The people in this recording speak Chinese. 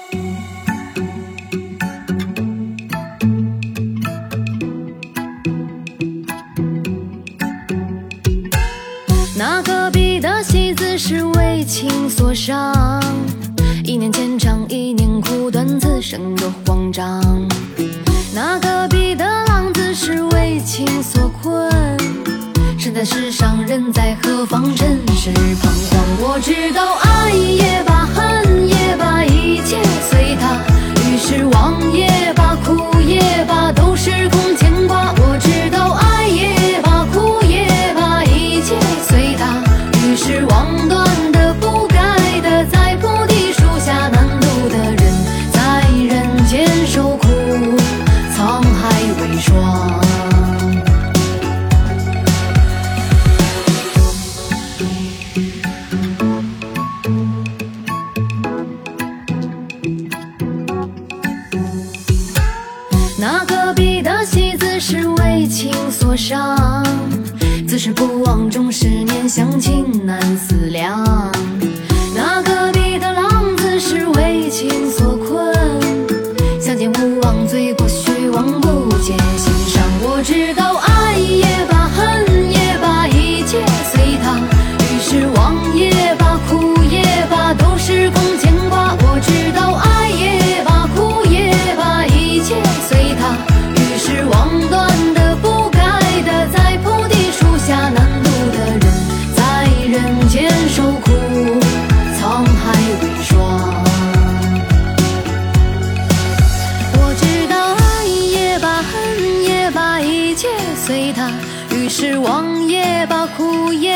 那隔壁的戏子是为情所伤，一年牵肠，一年苦短，此生多慌张。那隔壁的浪子是为情所困，身在世上人在何方，尘世彷徨。我知道爱也罢，恨也罢，一切随他，于是忘也罢，哭也罢，都是空牵挂。我知道爱也罢，哭也罢，一切随他，于是忘断的不该的，在菩提树下难渡的人，在人间受苦，沧海为霜。那隔壁的戏子是为情所伤，自身不忘终10年，相亲难思量。那隔壁的浪子是为情所困，相见无望，醉过虚妄，不解心伤。我知道爱也罢，恨也罢，一切随他，于是忘也罢，哭也罢，都是空牵挂。我知道爱也罢，哭也罢，一切随他，于是忘断的不该的，在菩提树下难渡的人，在人间受苦，沧海为霜。我知道爱也罢，恨也罢，一切随他，于是忘也罢，哭也